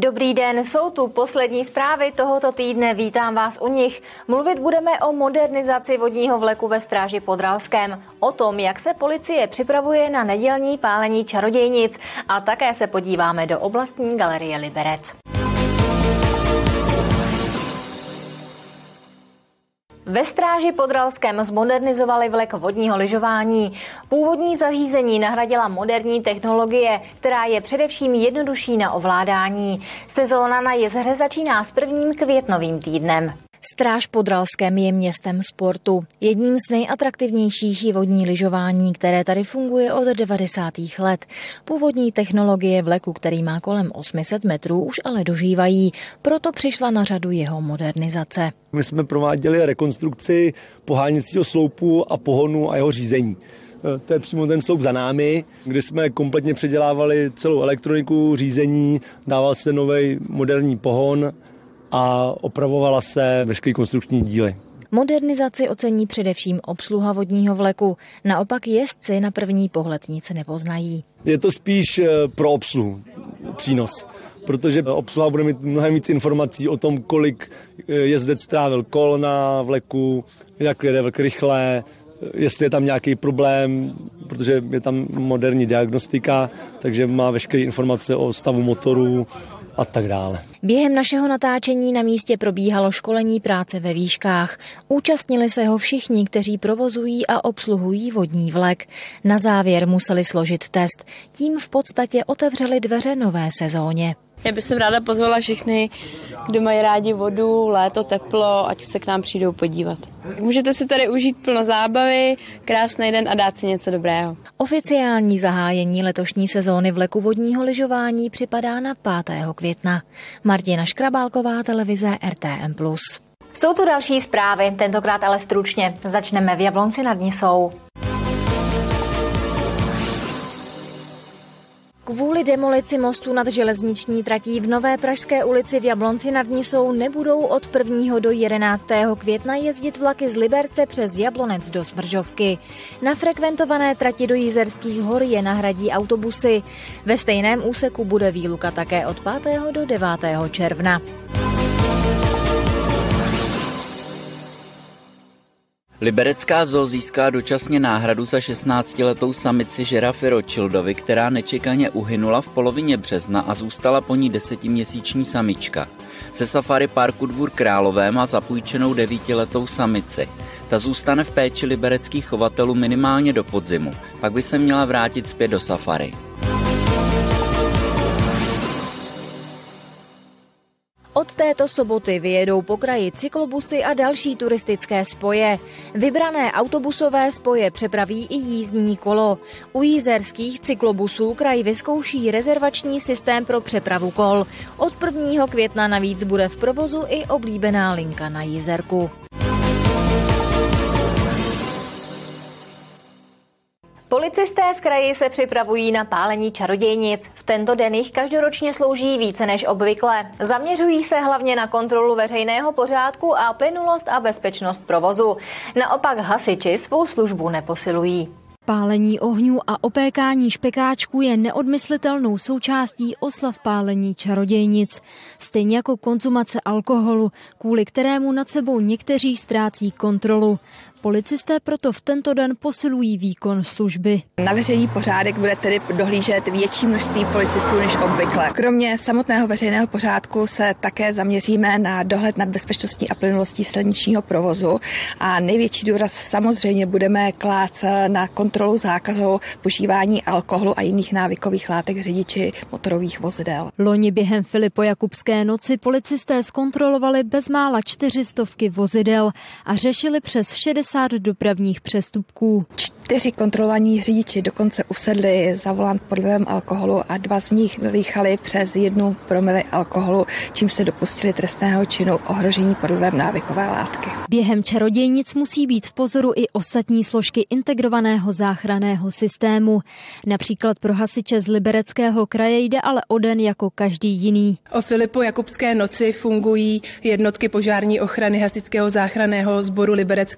Dobrý den, jsou tu poslední zprávy tohoto týdne, vítám vás u nich. Mluvit budeme o modernizaci vodního vleku ve Stráži pod Ralském, o tom, jak se policie připravuje na nedělní pálení čarodějnic a také se podíváme do oblastní galerie Liberec. Ve Stráži pod Ralském zmodernizovali vlek vodního lyžování. Původní zařízení nahradila moderní technologie, která je především jednodušší na ovládání. Sezóna na jezeře začíná s prvním květnovým týdnem. Stráž pod Ralském je městem sportu. Jedním z nejatraktivnějších je vodní lyžování, které tady funguje od 90. let. Původní technologie vleku, který má kolem 800 metrů, už ale dožívají, proto přišla na řadu jeho modernizace. My jsme prováděli rekonstrukci poháněcího sloupu a pohonu a jeho řízení. To je přímo ten sloup za námi, kde jsme kompletně předělávali celou elektroniku, řízení, dával se nový moderní pohon a opravovala se veškeré konstrukční díly. Modernizaci ocení především obsluha vodního vleku. Naopak jezdci na první pohled nic nepoznají. Je to spíš pro obsluhu přínos, protože obsluha bude mít mnohem víc informací o tom, kolik jezdec strávil kol na vleku, jak jede vlek rychle, jestli je tam nějaký problém, protože je tam moderní diagnostika, takže má veškeré informace o stavu motoru a tak dále. Během našeho natáčení na místě probíhalo školení práce ve výškách. Účastnili se ho všichni, kteří provozují a obsluhují vodní vlek. Na závěr museli složit test. Tím v podstatě otevřeli dveře nové sezóně. Já bych ráda pozvala všechny, kdo mají rádi vodu, léto, teplo, ať se k nám přijdou podívat. Můžete si tady užít plno zábavy, krásný den a dát si něco dobrého. Oficiální zahájení letošní sezóny vleku vodního lyžování připadá na 5. května. Martina Škrabálková, televize RTM+. Jsou tu další zprávy, tentokrát ale stručně. Začneme v Jablonci nad Nisou. Kvůli demolici mostu nad železniční tratí v Nové Pražské ulici v Jablonci nad Nisou nebudou od 1. do 11. května jezdit vlaky z Liberce přes Jablonec do Smržovky. Na frekventované trati do Jizerských hor je nahradí autobusy. Ve stejném úseku bude výluka také od 5. do 9. června. Liberecká zoo získá dočasně náhradu za 16letou samici žirafy Rothschildovi, která nečekaně uhynula v polovině března a zůstala po ní 10měsíční samička. Ze safari parku Dvůr Králové má zapůjčenou 9letou samici. Ta zůstane v péči libereckých chovatelů minimálně do podzimu, pak by se měla vrátit zpět do safari. Od této soboty vyjedou po kraji cyklobusy a další turistické spoje. Vybrané autobusové spoje přepraví i jízdní kolo. U jizerských cyklobusů kraj vyzkouší rezervační systém pro přepravu kol. Od 1. května navíc bude v provozu i oblíbená linka na Jizerku. Policisté v kraji se připravují na pálení čarodějnic. V tento den jich každoročně slouží více než obvykle. Zaměřují se hlavně na kontrolu veřejného pořádku a plynulost a bezpečnost provozu. Naopak hasiči svou službu neposilují. Pálení ohňů a opékání špekáčků je neodmyslitelnou součástí oslav pálení čarodějnic. Stejně jako konzumace alkoholu, kvůli kterému nad sebou někteří ztrácí kontrolu. Policisté proto v tento den posilují výkon služby. Na veřejný pořádek bude tedy dohlížet větší množství policistů než obvykle. Kromě samotného veřejného pořádku se také zaměříme na dohled nad bezpečností a plynulostí silničního provozu a největší důraz samozřejmě budeme klást na kontrolu zákazu požívání alkoholu a jiných návykových látek řidiči motorových vozidel. Loni během Filipojakubské noci policisté zkontrolovali bezmála 400 vozidel a řešili přes 60 dopravních přestupků. 4 kontrolovaní řidiči dokonce usedli za volant pod vlivem alkoholu a 2 z nich dýchali přes 1 promile alkoholu, čím se dopustili trestného činu ohrožení pod vlivem návykové látky. Během čarodějnic musí být v pozoru i ostatní složky integrovaného záchranného systému. Například pro hasiče z Libereckého kraje jde ale o den jako každý jiný. O Filipojakubské noci fungují jednotky požární ochrany hasičského záchranného sboru Libereckého kraje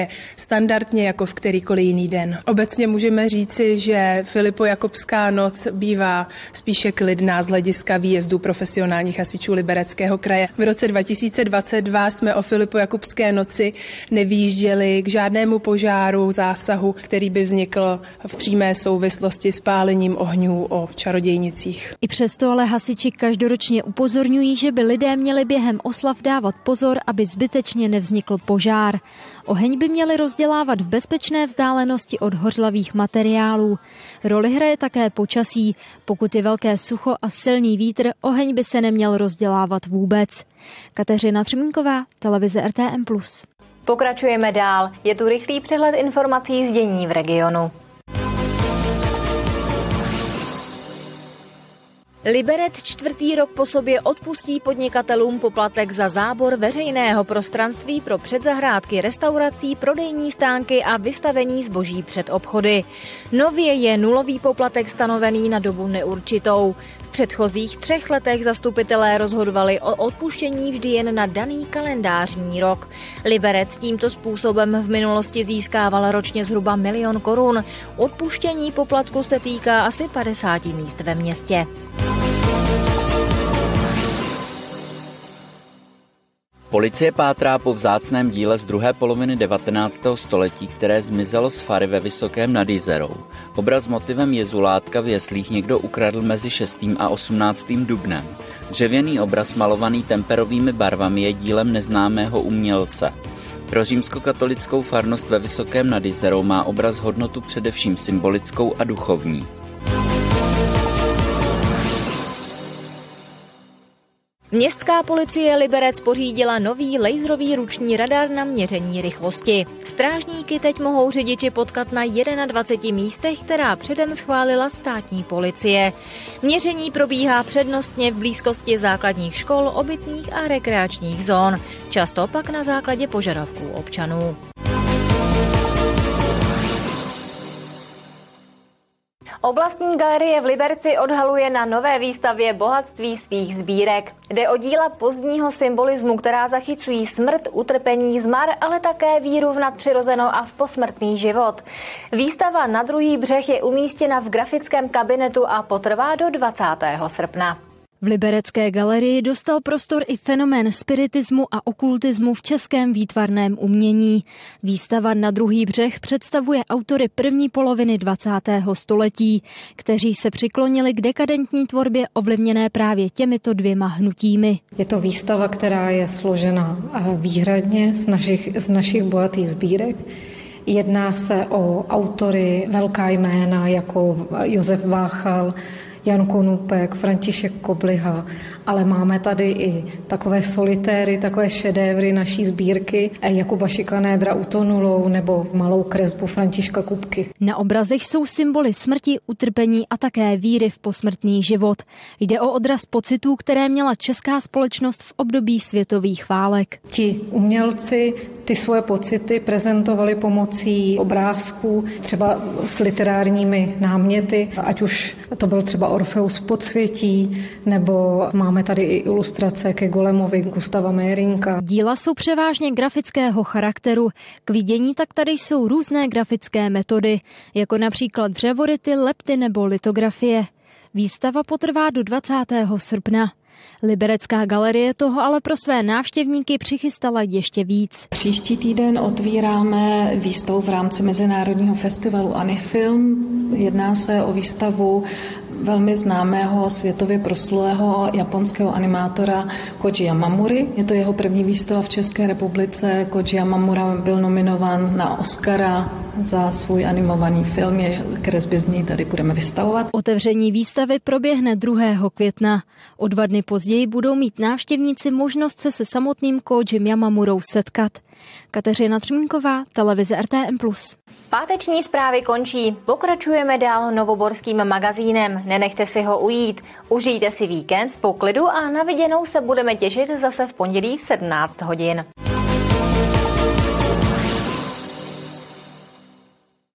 funguje standardně jako v kterýkoliv jiný den. Obecně můžeme říci, že Filipojakubská noc bývá spíše klidná z hlediska výjezdu profesionálních hasičů Libereckého kraje. V roce 2022 jsme o Filipojakubské noci nevyjížděli k žádnému požáru, zásahu, který by vznikl v přímé souvislosti s pálením ohňů o čarodějnicích. I přesto ale hasiči každoročně upozorňují, že by lidé měli během oslav dávat pozor, aby zbytečně nevznikl požár. Oheň by měli rozdělávat v bezpečné vzdálenosti od hořlavých materiálů. Roli hraje také počasí. Pokud je velké sucho a silný vítr, oheň by se neměl rozdělávat vůbec. Kateřina Třmínková, televize RTM+. Pokračujeme dál. Je tu rychlý přehled informací z dění v regionu. Liberec 4. rok po sobě odpustí podnikatelům poplatek za zábor veřejného prostranství pro předzahrádky restaurací, prodejní stánky a vystavení zboží před obchody. Nově je nulový poplatek stanovený na dobu neurčitou. V předchozích 3 letech zastupitelé rozhodovali o odpuštění vždy jen na daný kalendářní rok. Liberec tímto způsobem v minulosti získával ročně zhruba 1 000 000 korun. Odpuštění poplatku se týká asi 50 míst ve městě. Policie pátrá po vzácném díle z druhé poloviny 19. století, které zmizelo z fary ve Vysokém nad Jizerou. Obraz s motivem jezulátka v jeslích někdo ukradl mezi 6. a 18. dubnem. Dřevěný obraz malovaný temperovými barvami je dílem neznámého umělce. Pro římskokatolickou farnost ve Vysokém nad Jizerou má obraz hodnotu především symbolickou a duchovní. Městská policie Liberec pořídila nový laserový ruční radar na měření rychlosti. Strážníky teď mohou řidiči potkat na 21 místech, která předem schválila státní policie. Měření probíhá přednostně v blízkosti základních škol, obytných a rekreačních zón, často pak na základě požadavků občanů. Oblastní galerie v Liberci odhaluje na nové výstavě bohatství svých sbírek. Jde o díla pozdního symbolismu, která zachycují smrt, utrpení, zmar, ale také víru v nadpřirozeno a v posmrtný život. Výstava Na druhý břeh je umístěna v grafickém kabinetu a potrvá do 20. srpna. V Liberecké galerii dostal prostor i fenomén spiritismu a okultismu v českém výtvarném umění. Výstava Na druhý břeh představuje autory první poloviny 20. století, kteří se přiklonili k dekadentní tvorbě ovlivněné právě těmito 2 hnutími. Je to výstava, která je složena výhradně z našich bohatých sbírek. Jedná se o autory velká jména jako Josef Váchal, Jan Konupek, František Kobliha, ale máme tady i takové solitéry, takové šedévry naší sbírky, Jakuba Šikanédra Utonulou nebo malou kresbu Františka Kupky. Na obrazech jsou symboly smrti, utrpení a také víry v posmrtný život. Jde o odraz pocitů, které měla česká společnost v období světových válek. Ti umělci ty svoje pocity prezentovali pomocí obrázků, třeba s literárními náměty, ať už to byl třeba Orfeus podsvětí, nebo máme tady i ilustrace ke Golemovi Gustava Meyerinka. Díla jsou převážně grafického charakteru. K vidění tak tady jsou různé grafické metody, jako například dřevoryty, lepty nebo litografie. Výstava potrvá do 20. srpna. Liberecká galerie toho ale pro své návštěvníky přichystala ještě víc. Příští týden otvíráme výstavu v rámci Mezinárodního festivalu Anifilm. Jedná se o výstavu velmi známého světově proslulého japonského animátora Koji Yamamuri. Je to jeho první výstava v České republice. Koji Yamamura byl nominován na Oscara za svůj animovaný film, kresby z ní tady budeme vystavovat. Otevření výstavy proběhne 2. května. O 2 dny později budou mít návštěvníci možnost se samotným Kojim Yamamurou setkat. Kateřina Třmínková, televize RTM+. Páteční zprávy končí. Pokračujeme dál novoborským magazínem. Nenechte si ho ujít. Užijte si víkend v poklidu a na viděnou se budeme těšit zase v pondělí v 17 hodin.